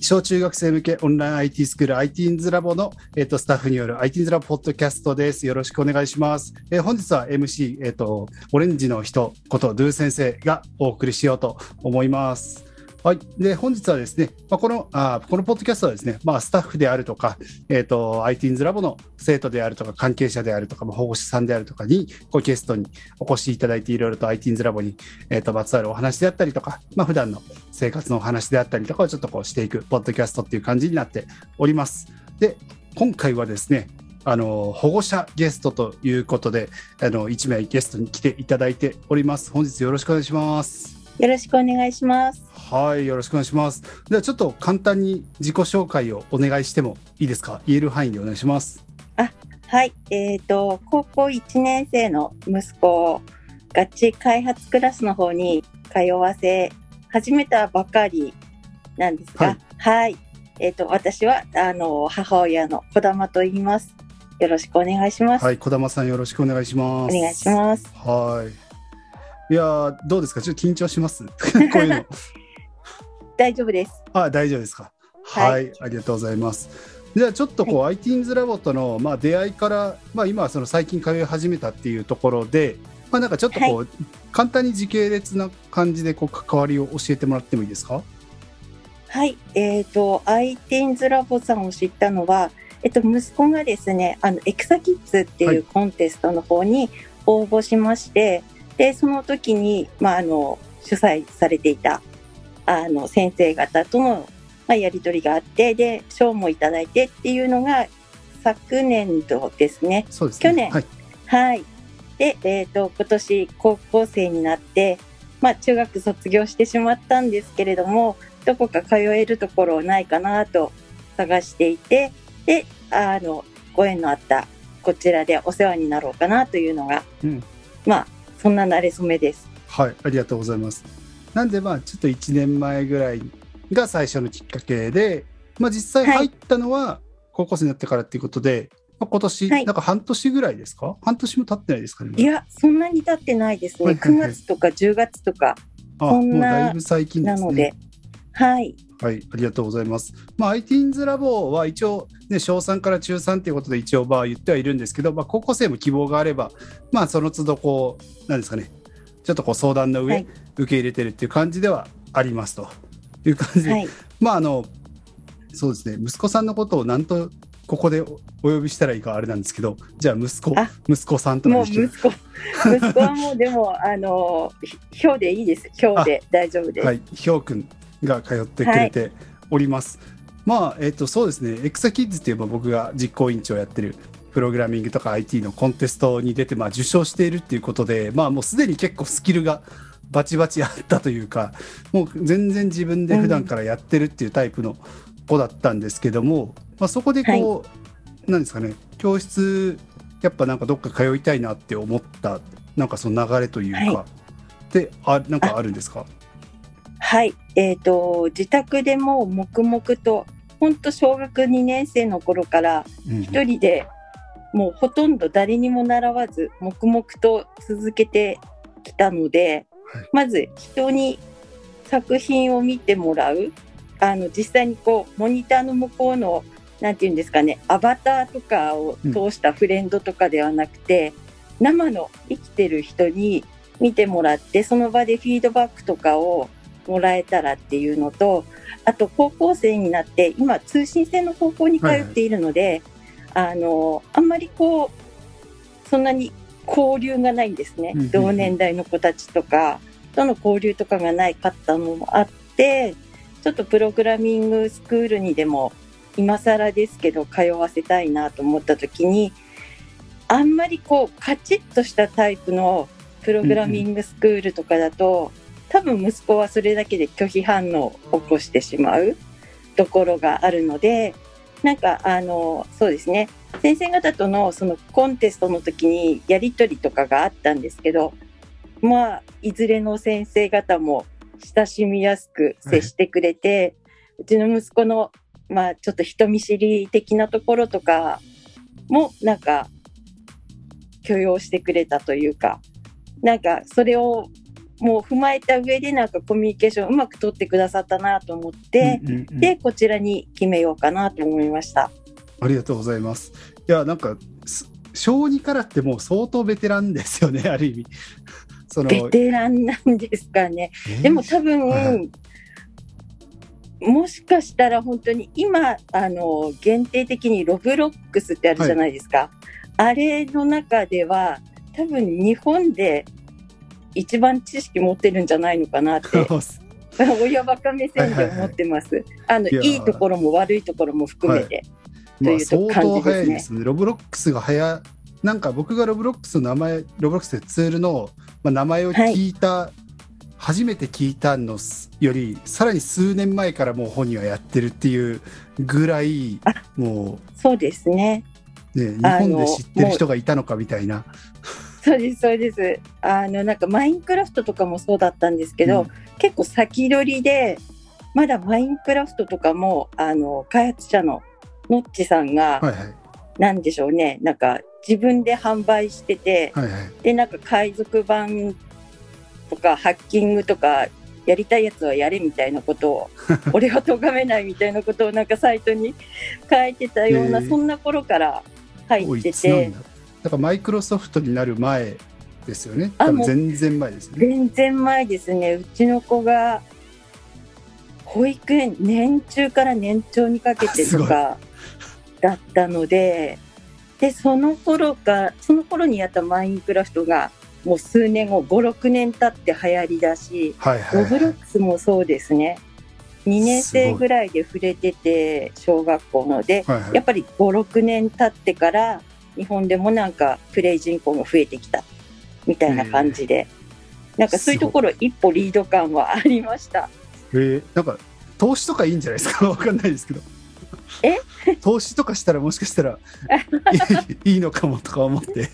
小中学生向けオンライン IT スクール ITINS ラボの、スタッフによる ITINS ラボポッドキャストです。よろしくお願いします。本日は MC、オレンジの人ことドゥ先生がお送りしようと思います。はい、で本日はですね、このポッドキャストはですね、スタッフであるとか、ITINS ラボの生徒であるとか関係者であるとか、保護者さんであるとかにゲストにお越しいただいて、いろいろと ITINS ラボに、まつわるお話であったりとか、普段の生活のお話であったりとかをちょっとしていくポッドキャストっていう感じになっております。で今回はですね、保護者ゲストということで1名ゲストに来ていただいております。本日よろしくお願いします。 よろしくお願いします。 はい、よろしくお願いします。ではちょっと簡単に自己紹介をお願いしてもいいですか？言える範囲でお願いします。 はい、高校1年生の息子をガチ開発クラスの方に通わせ始めたばかりなんですが、はい、私は母親の児玉と言います。よろしくお願いします。 はい、児玉さんよろしくお願いします。 お願いします。 はい。いやどうですか？ちょっと緊張しますこういうの大丈夫です。 大丈夫ですか？はい、ありがとうございます。じゃあちょっとITINS ラボとの、出会いから、今はその最近通い始めたっていうところで、なんかちょっと簡単に時系列な感じで関わりを教えてもらってもいいですか？ はい、ITINS ラボさんを知ったのは、息子がですね、エクサキッズっていうコンテストの方に応募しまして、でその時に、主催されていた先生方との、やり取りがあって、で賞もいただいてっていうのが昨年度ですね。 そうですね。 去年、はい。で、今年高校生になって、中学卒業してしまったんですけれども、どこか通えるところないかなと探していて、でご縁のあったこちらでお世話になろうかなというのが、そんな馴れ初めです。 はい、ありがとうございます。なんでちょっと1年前ぐらいが最初のきっかけで、実際入ったのは高校生になってからっていうことで、今年、なんか半年ぐらいですか？半年も経ってないですかね？ いや、そんなに経ってないですね。9月とか10月とか、そんな、 もうだいぶ最近ですね。 なので、はい、 ありがとうございます。ITINS ラボは一応、小3から中3ということで一応言ってはいるんですけど、高校生も希望があれば、その都度なんですかね、ちょっと相談の上、受け入れてるっていう感じではありますという感じで、そうですね、息子さんのことを何とここでお呼びしたらいいかあれなんですけど、じゃあ息子さんとかにしてもう息子はもうでもひょうでいいです。ひょうで大丈夫です。 はい、ひょうくんが通ってくれております。そうですね、エクサキッズって言えば僕が実行委員長をやってるプログラミングとか IT のコンテストに出て受賞しているっていうことで、もうすでに結構スキルがバチバチあったというか、もう全然自分で普段からやってるっていうタイプの子だったんですけども、そこでなんですかね、教室やっぱなんかどっか通いたいなって思ったなんかその流れというか、でなんかあるんですか？ はい、自宅でも黙々と本当小学2年生の頃から一人で、もうほとんど誰にも習わず黙々と続けてきたので、まず人に作品を見てもらう、実際にモニターの向こうのなんていうんですかね、アバターとかを通したフレンドとかではなくて、生の生きてる人に見てもらって、その場でフィードバックとかをもらえたらっていうのと、あと高校生になって今通信制の高校に通っているので、あんまりそんなに交流がないんですね。同年代の子たちとかとの交流とかがないかったのもあって、ちょっとプログラミングスクールにでも今更ですけど通わせたいなと思った時に、あんまりカチッとしたタイプのプログラミングスクールとかだと、多分息子はそれだけで拒否反応を起こしてしまうところがあるので、なんかそうですね、先生方とのそのコンテストの時にやり取りとかがあったんですけど、いずれの先生方も親しみやすく接してくれて、うちの息子のちょっと人見知り的なところとかもなんか許容してくれたというか、なんかそれをもう踏まえた上でなんかコミュニケーションうまく取ってくださったなと思って、でこちらに決めようかなと思いました。 ありがとうございます。いやなんか小2からってもう相当ベテランですよね、ある意味ベテランなんですかね。でも多分、もしかしたら本当に今限定的にロブロックスってあるじゃないですか、あれの中では多分日本で一番知識持ってるんじゃないのかなって親バカ目線で思ってます。いいところも悪いところも含めて、という相当早い感じでですすね。ロブロックスがなんか僕がロブロックスの名前、ロブロックスツールの、名前を聞いた、初めて聞いたのよりさらに数年前からもう本人はやってるっていうぐらい、もうそうですね。 日本で知ってる人がいたのかみたいな。 そうですそうです。なんかマインクラフトとかもそうだったんですけど、結構先取りで、まだマインクラフトとかも開発者のノッチさんが、なんでしょうね、なんか自分で販売してて、でなんか海賊版とかハッキングとかやりたいやつはやれみたいなことを俺は咎めないみたいなことをなんかサイトに書いてたような、そんな頃から入ってて、 だからマイクロソフトになる前ですよね。多分全然前ですね。 全然前ですね。うちの子が保育園年中から年長にかけてとかだったので、その頃にやったマインクラフトがもう数年後、5、6年経って流行りだし、ロブロックスもそうですね。2年生ぐらいで触れてて、小学校ので、やっぱり5、6年経ってから日本でもなんかプレイ人口が増えてきたみたいな感じで、なんかそういうところ一歩リード感はありました。 なんか投資とかいいんじゃないですか。わかんないですけど。投資とかしたらもしかしたらいいのかもとか思って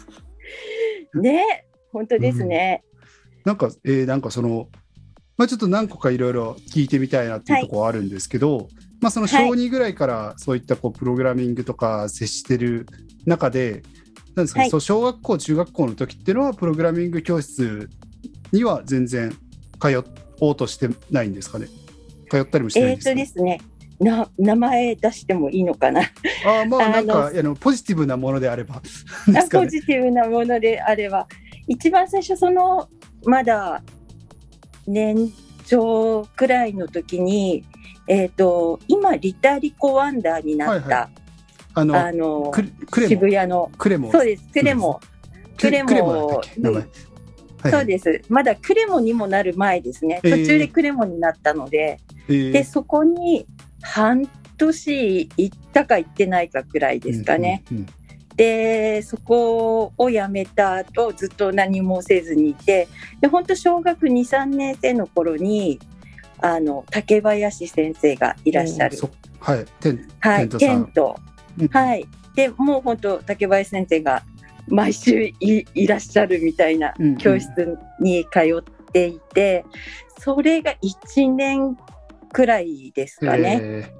ね、本当ですね。 なんかその、ちょっと何個かいろいろ聞いてみたいなっていうところはあるんですけど、その小2ぐらいからそういったプログラミングとか接してる中で、なんですかね、そう小学校中学校の時っていうのはプログラミング教室には全然通おうとしてないんですかね。通ったりもしてないんですか。 ですね、名前出してもいいのかな。 なんかポジティブなものであればですかね。 ポジティブなものであれば、一番最初まだ年長くらいの時に、今リタリコワンダーになった、渋谷のクレモ、 そうです、クレモそうです。まだクレモにもなる前ですね。途中でクレモになったので、でそこに半年行ったか行ってないかくらいですかね。でそこを辞めた後ずっと何もせずにいて、で本当小学 2,3 年生の頃に竹林先生がいらっしゃる、テント、でもう本当竹林先生が毎週 いらっしゃるみたいな教室に通っていて、それが1年くらいですかね。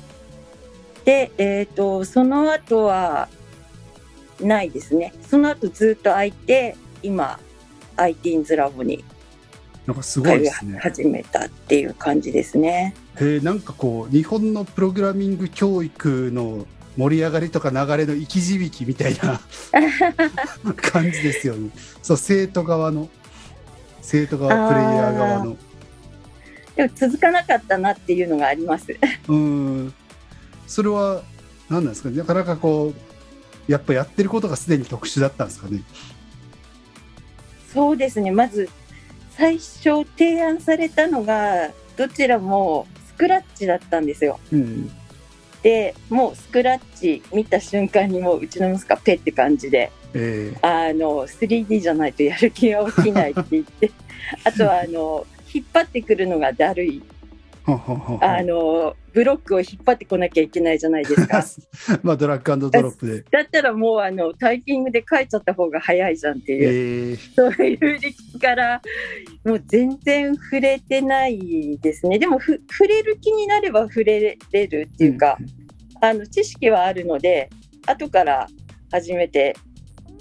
で、その後はないですね。その後ずっと空いて、今 IT's ラボに通い始めたっていう感じですね。 なんか日本のプログラミング教育の盛り上がりとか流れの生き字引みたいな感じですよね。そう、生徒側プレイヤー側の。 でも続かなかったなっていうのがあります。 それは何なんですかね。なかなかやっぱやってることがすでに特殊だったんですかね。 そうですね。まず最初提案されたのがどちらもスクラッチだったんですよ。でもうスクラッチ見た瞬間にもううちの息子はペって感じで、3D じゃないとやる気が起きないって言ってあとは引っ張ってくるのがだるいブロックを引っ張ってこなきゃいけないじゃないですかドラッグ&ドロップでだったらもうタイピングで書いちゃった方が早いじゃんっていう、そういう理屈からもう全然触れてないですね。でも触れる気になれば触れれるっていうか、知識はあるので後から初めて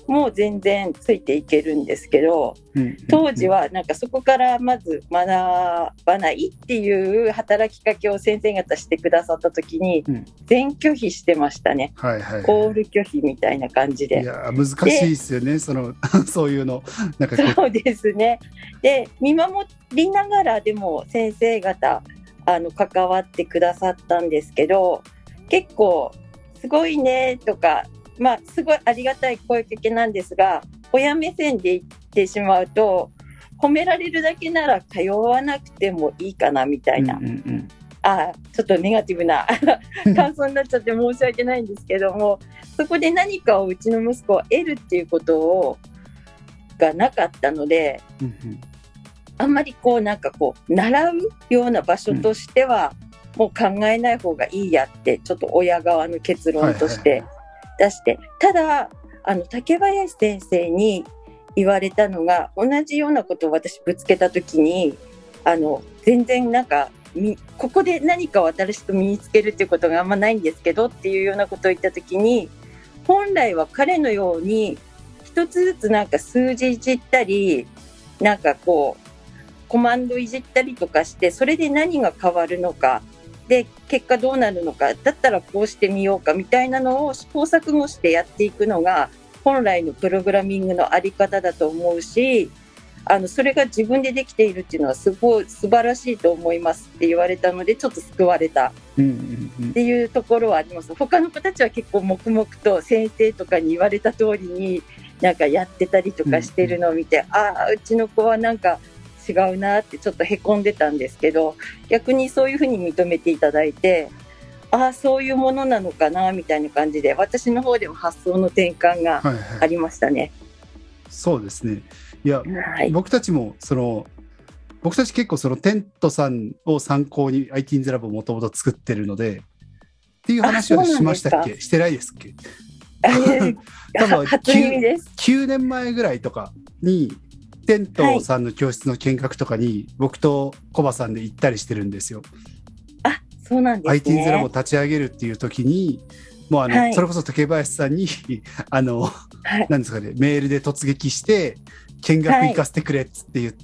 もう全然ついていけるんですけど、当時はなんかそこからまず学ばないっていう働きかけを先生方してくださった時に全拒否してましたね、オール拒否みたいな感じで。 いや難しいですよね、そういうのなんかそうですね。で見守りながらでも先生方関わってくださったんですけど、結構すごいねとか、すごいありがたい声かけなんですが、親目線で言ってしまうと褒められるだけなら通わなくてもいいかなみたいな、ちょっとネガティブな感想になっちゃって申し訳ないんですけども、そこで何かをうちの息子は得るっていうことがなかったので、あんまりなんか習うような場所としては、もう考えない方がいいやってちょっと親側の結論として出して、ただ竹林先生に言われたのが、同じようなことを私ぶつけた時に全然なんかここで何かを新しく身につけるっていうことがあんまないんですけどっていうようなことを言った時に、本来は彼のように一つずつなんか数字いじったり、なんかコマンドいじったりとかして、それで何が変わるのかで結果どうなるのか、だったらこうしてみようかみたいなのを試行錯誤してやっていくのが本来のプログラミングのあり方だと思うし、それが自分でできているっていうのはすごい素晴らしいと思いますって言われたので、ちょっと救われたっていうところはあります。他の子たちは結構黙々と先生とかに言われた通りになんかやってたりとかしてるのを見て、うちの子はなんか違うなってちょっとへこんでたんですけど、逆にそういうふうに認めていただいて、そういうものなのかなみたいな感じで、私の方でも発想の転換がありましたね。 そうですね。いや、僕たちも僕たち結構テントさんを参考に IT インズラボをもともと作ってるのでっていう話をしましたっけ？してないですっけ？多分初耳です。 9年前ぐらいとかにテントさんの教室の見学とかに僕とコバさんで行ったりしてるんですよ。 そうなんですね。 IT インズラボを立ち上げるっていう時にもうそれこそ竹林さんになんですかね、メールで突撃して見学行かせてくれっつって言って、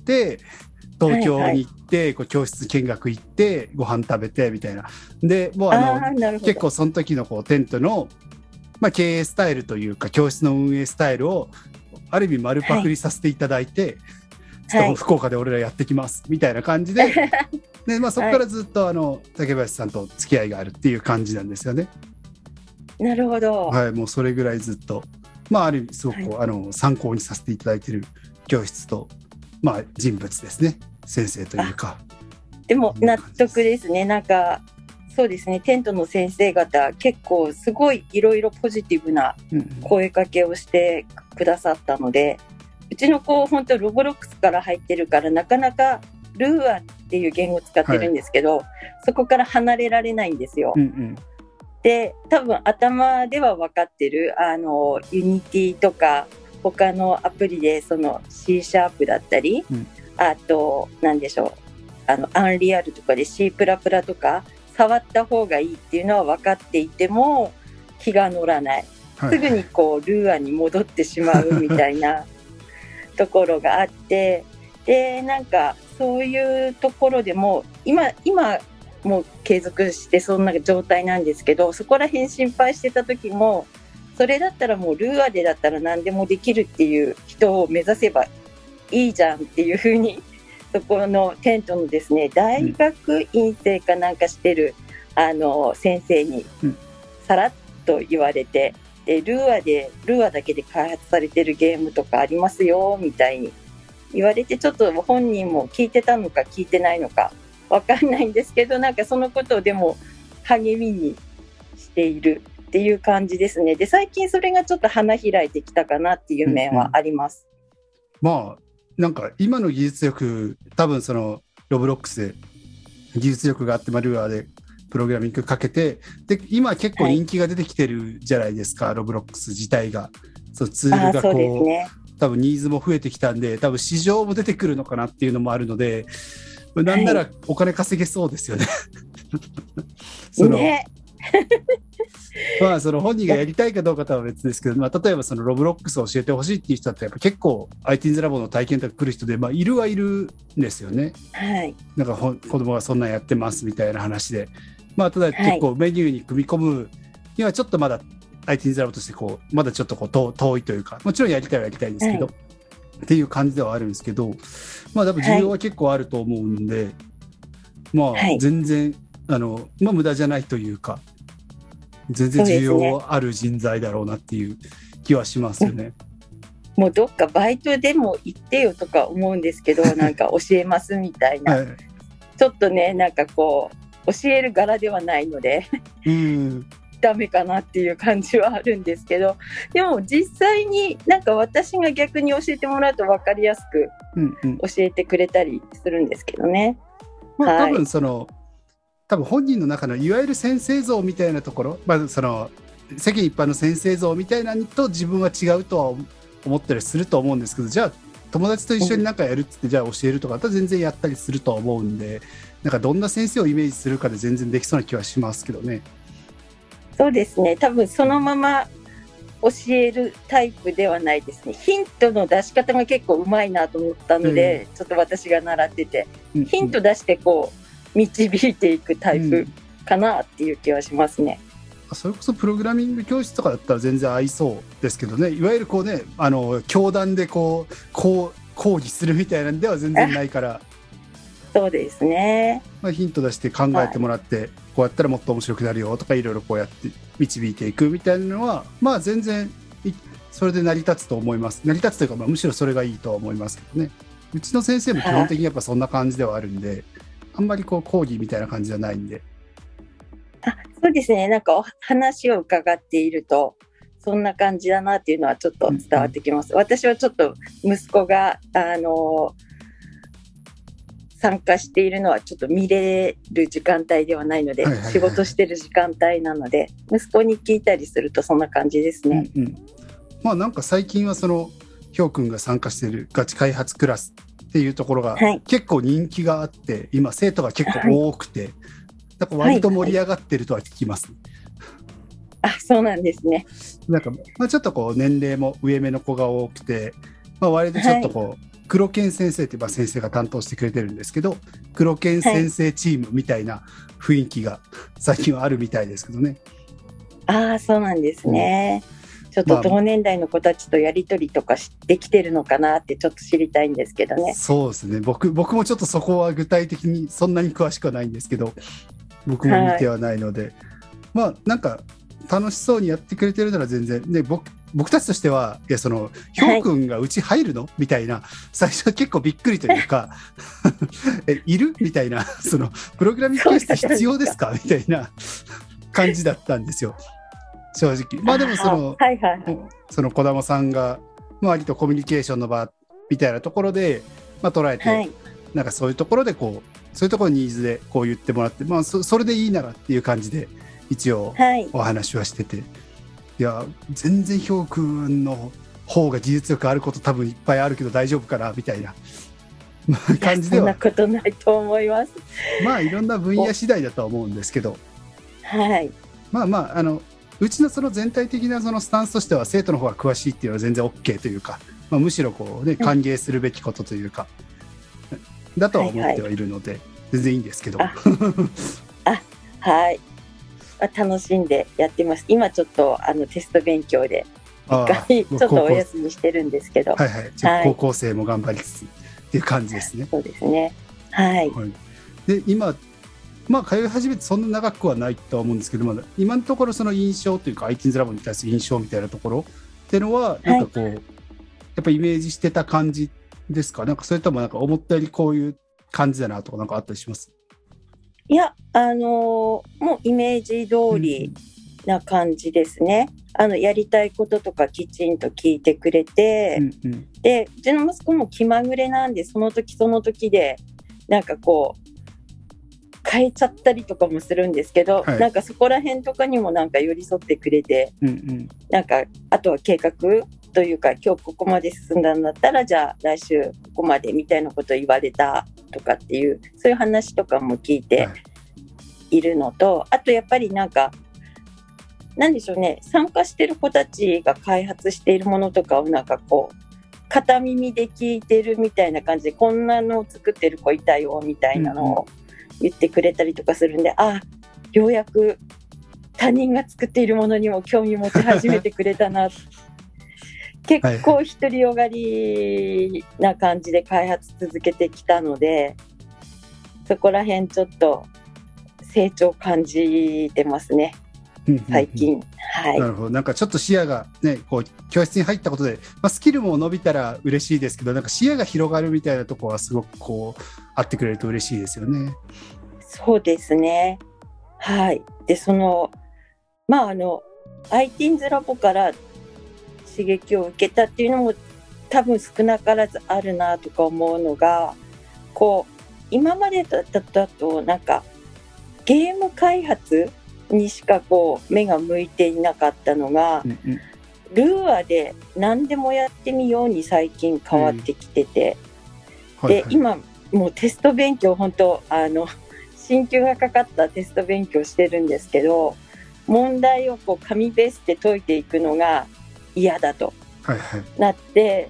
東京に行って教室見学行ってご飯食べてみたいなで、もう結構その時のテントの、経営スタイルというか教室の運営スタイルをある意味丸パクリさせていただいて、ちょっと福岡で俺らやってきますみたいな感じで、でそこからずっと竹林さんと付き合いがあるっていう感じなんですよね。 なるほど。 もうそれぐらいずっと、ある意味すごく参考にさせていただいている教室と、人物ですね、先生というか。 でも納得ですね。なんかそうですね、テントの先生方結構すごいいろいろポジティブな声かけをしてくださったので、うちの子本当ロボロックスから入ってるからなかなかルーアっていう言語を使ってるんですけど、そこから離れられないんですよ。で多分頭では分かってるユニティとか他のアプリでC シャープだったり、あと何でしょう、アンリアルとかで C++ とか触った方がいいっていうのは分かっていても気が乗らない、すぐにルーアに戻ってしまうみたいなところがあって、でなんかそういうところでも今もう継続してそんな状態なんですけど、そこら辺心配してた時も、それだったらもうルーアでだったら何でもできるっていう人を目指せばいいじゃんっていうふうに、そこのテントのですね、大学院生かなんかしてる先生にさらっと言われて、でルーアだけで開発されてるゲームとかありますよみたいに言われて、ちょっと本人も聞いてたのか聞いてないのかわかんないんですけど、なんかそのことをでも励みにしているっていう感じですね。で最近それがちょっと花開いてきたかなっていう面はあります。 なんか今の技術力、多分ロブロックスで技術力があって、ルーアでプログラミングかけて、で今結構人気が出てきてるじゃないですか、ロブロックス自体が。ツールがそうですね、 多分ニーズも増えてきたんで、多分市場も出てくるのかなっていうのもあるので、なんならお金稼げそうですよね。 ね、 まあその本人がやりたいかどうかとは別ですけど、まあ、例えばそのロブロックスを教えてほしいっていう人だってやっぱ結構 IT's ラボの体験とか来る人で、まあ、いるはいるんですよね。 はい。 なんか子供がそんなんやってますみたいな話で、まあ、ただ結構メニューに組み込むにはちょっとまだ IT's ラボとしてこうまだちょっとこう遠いというか、もちろんやりたいはやりたいんですけど、はい、っていう感じではあるんですけど、まあ多分需要は結構あると思うんで、はい、まあ全然まあ無駄じゃないというか、全然需要ある人材だろうなっていう気はしますよね。 もうどっかバイトでも行ってよとか思うんですけど、なんか教えますみたいな、はい、ちょっとね、なんかこう教える柄ではないのでダメかなっていう感じはあるんですけど、でも実際になんか私が逆に教えてもらうと分かりやすく教えてくれたりするんですけどね。 まあ、多分本人の中のいわゆる先生像みたいなところ、まあ、その世間一般の先生像みたいなのと自分は違うとは思ったりすると思うんですけど、じゃあ友達と一緒に何かやるっつってじゃあ教えるとかだったら全然やったりするとは思うんで、なんかどんな先生をイメージするかで全然できそうな気はしますけどね。 そうですね、多分そのまま教えるタイプではないですね。ヒントの出し方が結構うまいなと思ったので、ちょっと私が習ってて、ヒント出してこう導いていくタイプかなっていう気はしますね。 それこそプログラミング教室とかだったら全然合いそうですけどね。いわゆるこうね、教壇でこう講義するみたいなんでは全然ないから。 そうですね、 まあ、ヒント出して考えてもらって、はい、こうやったらもっと面白くなるよとかいろいろこうやって導いていくみたいなのはまあ全然それで成り立つと思います。成り立つというか、まあ、むしろそれがいいとは思いますけどね。うちの先生も基本的にやっぱそんな感じではあるんで、あんまりこう講義みたいな感じじゃないんで。 そうですね、なんか話を伺っているとそんな感じだなっていうのはちょっと伝わってきます。私はちょっと息子が参加しているのはちょっと見れる時間帯ではないので、仕事してる時間帯なので息子に聞いたりするとそんな感じですね。 まあなんか最近はそのひょうくんが参加しているガチ開発クラスっていうところが結構人気があって、今生徒が結構多くて、だから割と盛り上がってるとは聞きます。 そうなんですね。 なんか、まあ、ちょっとこう年齢も上目の子が多くて、まあ、割とちょっとこう、黒犬先生っていう先生が担当してくれてるんですけど、黒犬先生チームみたいな雰囲気が最近はあるみたいですけどね。 そうなんですね。ちょっと同年代の子たちとやり取りとかできてるのかなってちょっと知りたいんですけどね。 そうですね、僕もちょっとそこは具体的にそんなに詳しくはないんですけど、僕も見てはないので、まあなんか楽しそうにやってくれてるなら全然ね、僕たちとしては、いやそのひょうくんがうち入るのみたいな、最初は結構びっくりというかいるみたいな、そのプログラミング教室必要ですかみたいな感じだったんですよ、正直。まあでもその児玉さんが割とコミュニケーションの場みたいなところで、まあ、捉えて、なんかそういうところでこうそういうところにニーズでこう言ってもらって、まあ、それでいいならっていう感じで一応お話はしてて、いや全然ひょうくんの方が技術力あること多分いっぱいあるけど大丈夫かなみたいな感じでは。 そんなことないと思います。 まあいろんな分野次第だとは思うんですけど、まあうちのその全体的なそのスタンスとしては生徒の方が詳しいっていうのは全然 OK というか、まあ、むしろこう、ね、歓迎するべきことというか、だとは思ってはいるので、全然いいんですけど楽しんでやってます。今ちょっとテスト勉強で一回ちょっとお休みしてるんですけど、 高校生も頑張りつつっていう感じですね。 そうですね。 で今まあ通い始めてそんな長くはないとは思うんですけど、まだ今のところその印象というか IT's ラボに対する印象みたいなところっていうのはなんかこう、やっぱイメージしてた感じですか？なんかそれともなんか思ったよりこういう感じだなとかなんかあったりします？ いや、もうイメージ通りな感じですね。やりたいこととかきちんと聞いてくれて、でうちの息子も気まぐれなんでその時その時でなんかこう変えちゃったりとかもするんですけど、なんかそこら辺とかにもなんか寄り添ってくれて、なんかあとは計画というか今日ここまで進んだんだったらじゃあ来週ここまでみたいなこと言われたとかっていうそういう話とかも聞いているのと、あとやっぱりなんかなんでしょうね、参加してる子たちが開発しているものとかをなんかこう片耳で聞いてるみたいな感じで、こんなのを作ってる子いたよみたいなのを言ってくれたりとかするんで、ようやく他人が作っているものにも興味持ち始めてくれたな結構独りよがりな感じで開発続けてきたので、そこら辺ちょっと成長感じてますね、最近。はい、 なるほど。なんかちょっと視野がね、こう教室に入ったことで、スキルも伸びたら嬉しいですけど、なんか視野が広がるみたいなところはすごくこうあってくれると嬉しいですよね。 そうですね。はい。で、ITINS ラボから刺激を受けたっていうのも多分少なからずあるなとか思うのが、こう今までだとなんかゲーム開発にしかこう目が向いていなかったのが、ルーアで何でもやってみように最近変わってきてて、で今もうテスト勉強、本当進級がかかったテスト勉強してるんですけど、問題をこう紙ベースで解いていくのが嫌だとなって、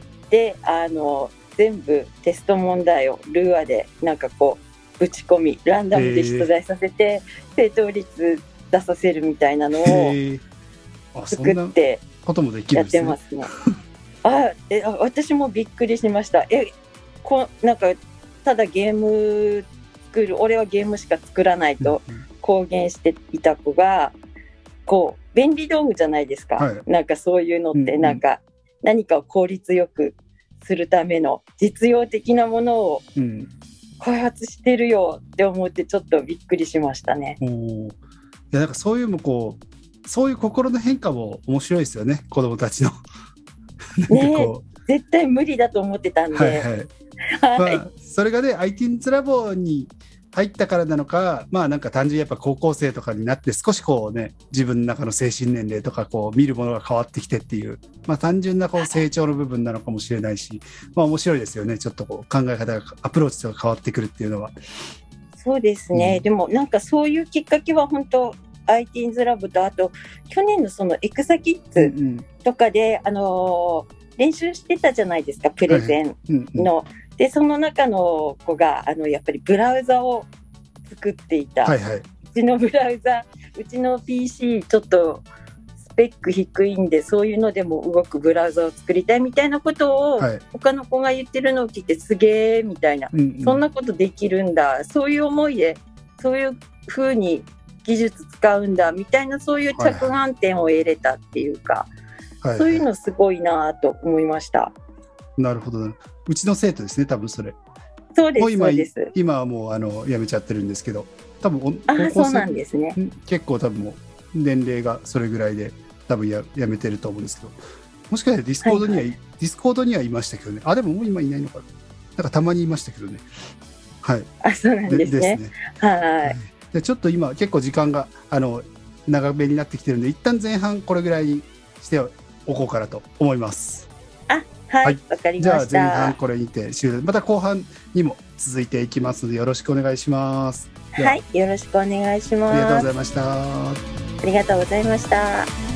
で全部テスト問題をルーアでなんかこうぶち込み、ランダムで出題させて正答率出させるみたいなのを作ってやってますね。私もびっくりしました。なんかただゲーム作る、俺はゲームしか作らないと公言していた子が、こう便利道具じゃないですか、なんかそういうのってなんか何かを効率よくするための実用的なものを開発してるよって思って、ちょっとびっくりしましたね。 いや、なんかそういうそういう心の変化も面白いですよね、子どもたちの絶対無理だと思ってたんで、 それがね ITINS ラボに入ったからなのか、なんか単純にやっぱ高校生とかになって少しこうね、自分の中の精神年齢とかこう見るものが変わってきてっていう、単純なこう成長の部分なのかもしれないし、面白いですよね。ちょっとこう考え方が、アプローチとか変わってくるっていうのは。 そうですね、でもなんかそういうきっかけは本当 ITINS ラボと、あと去年のそのエクサキッズとかで、練習してたじゃないですか、プレゼンの。でその中の子がやっぱりブラウザを作っていた、うちのブラウザ、うちの PC ちょっとスペック低いんで、そういうのでも動くブラウザを作りたいみたいなことを他の子が言ってるのを聞いて、すげーみたいな、そんなことできるんだ、そういう思いでそういう風に技術使うんだみたいな、そういう着眼点を得れたっていうか、そういうのすごいなと思いました。 なるほど。うちの生徒ですね、多分それ。 そうです、そうです。 今はもう辞めちゃってるんですけど、多分そうなんですね。 結構多分もう年齢がそれぐらいで多分辞めてると思うんですけど、もしかしたらディスコードにはいましたけどね。でももう今いないのかな。なんかたまにいましたけどね。 そうなんですね。 でちょっと今結構時間が長めになってきてるんで、一旦前半これぐらいにしておこうかなと思います。 わかりました。 じゃあ前半これにて終了。また後半にも続いていきますので、よろしくお願いします。 よろしくお願いします。 ありがとうございました。 ありがとうございました。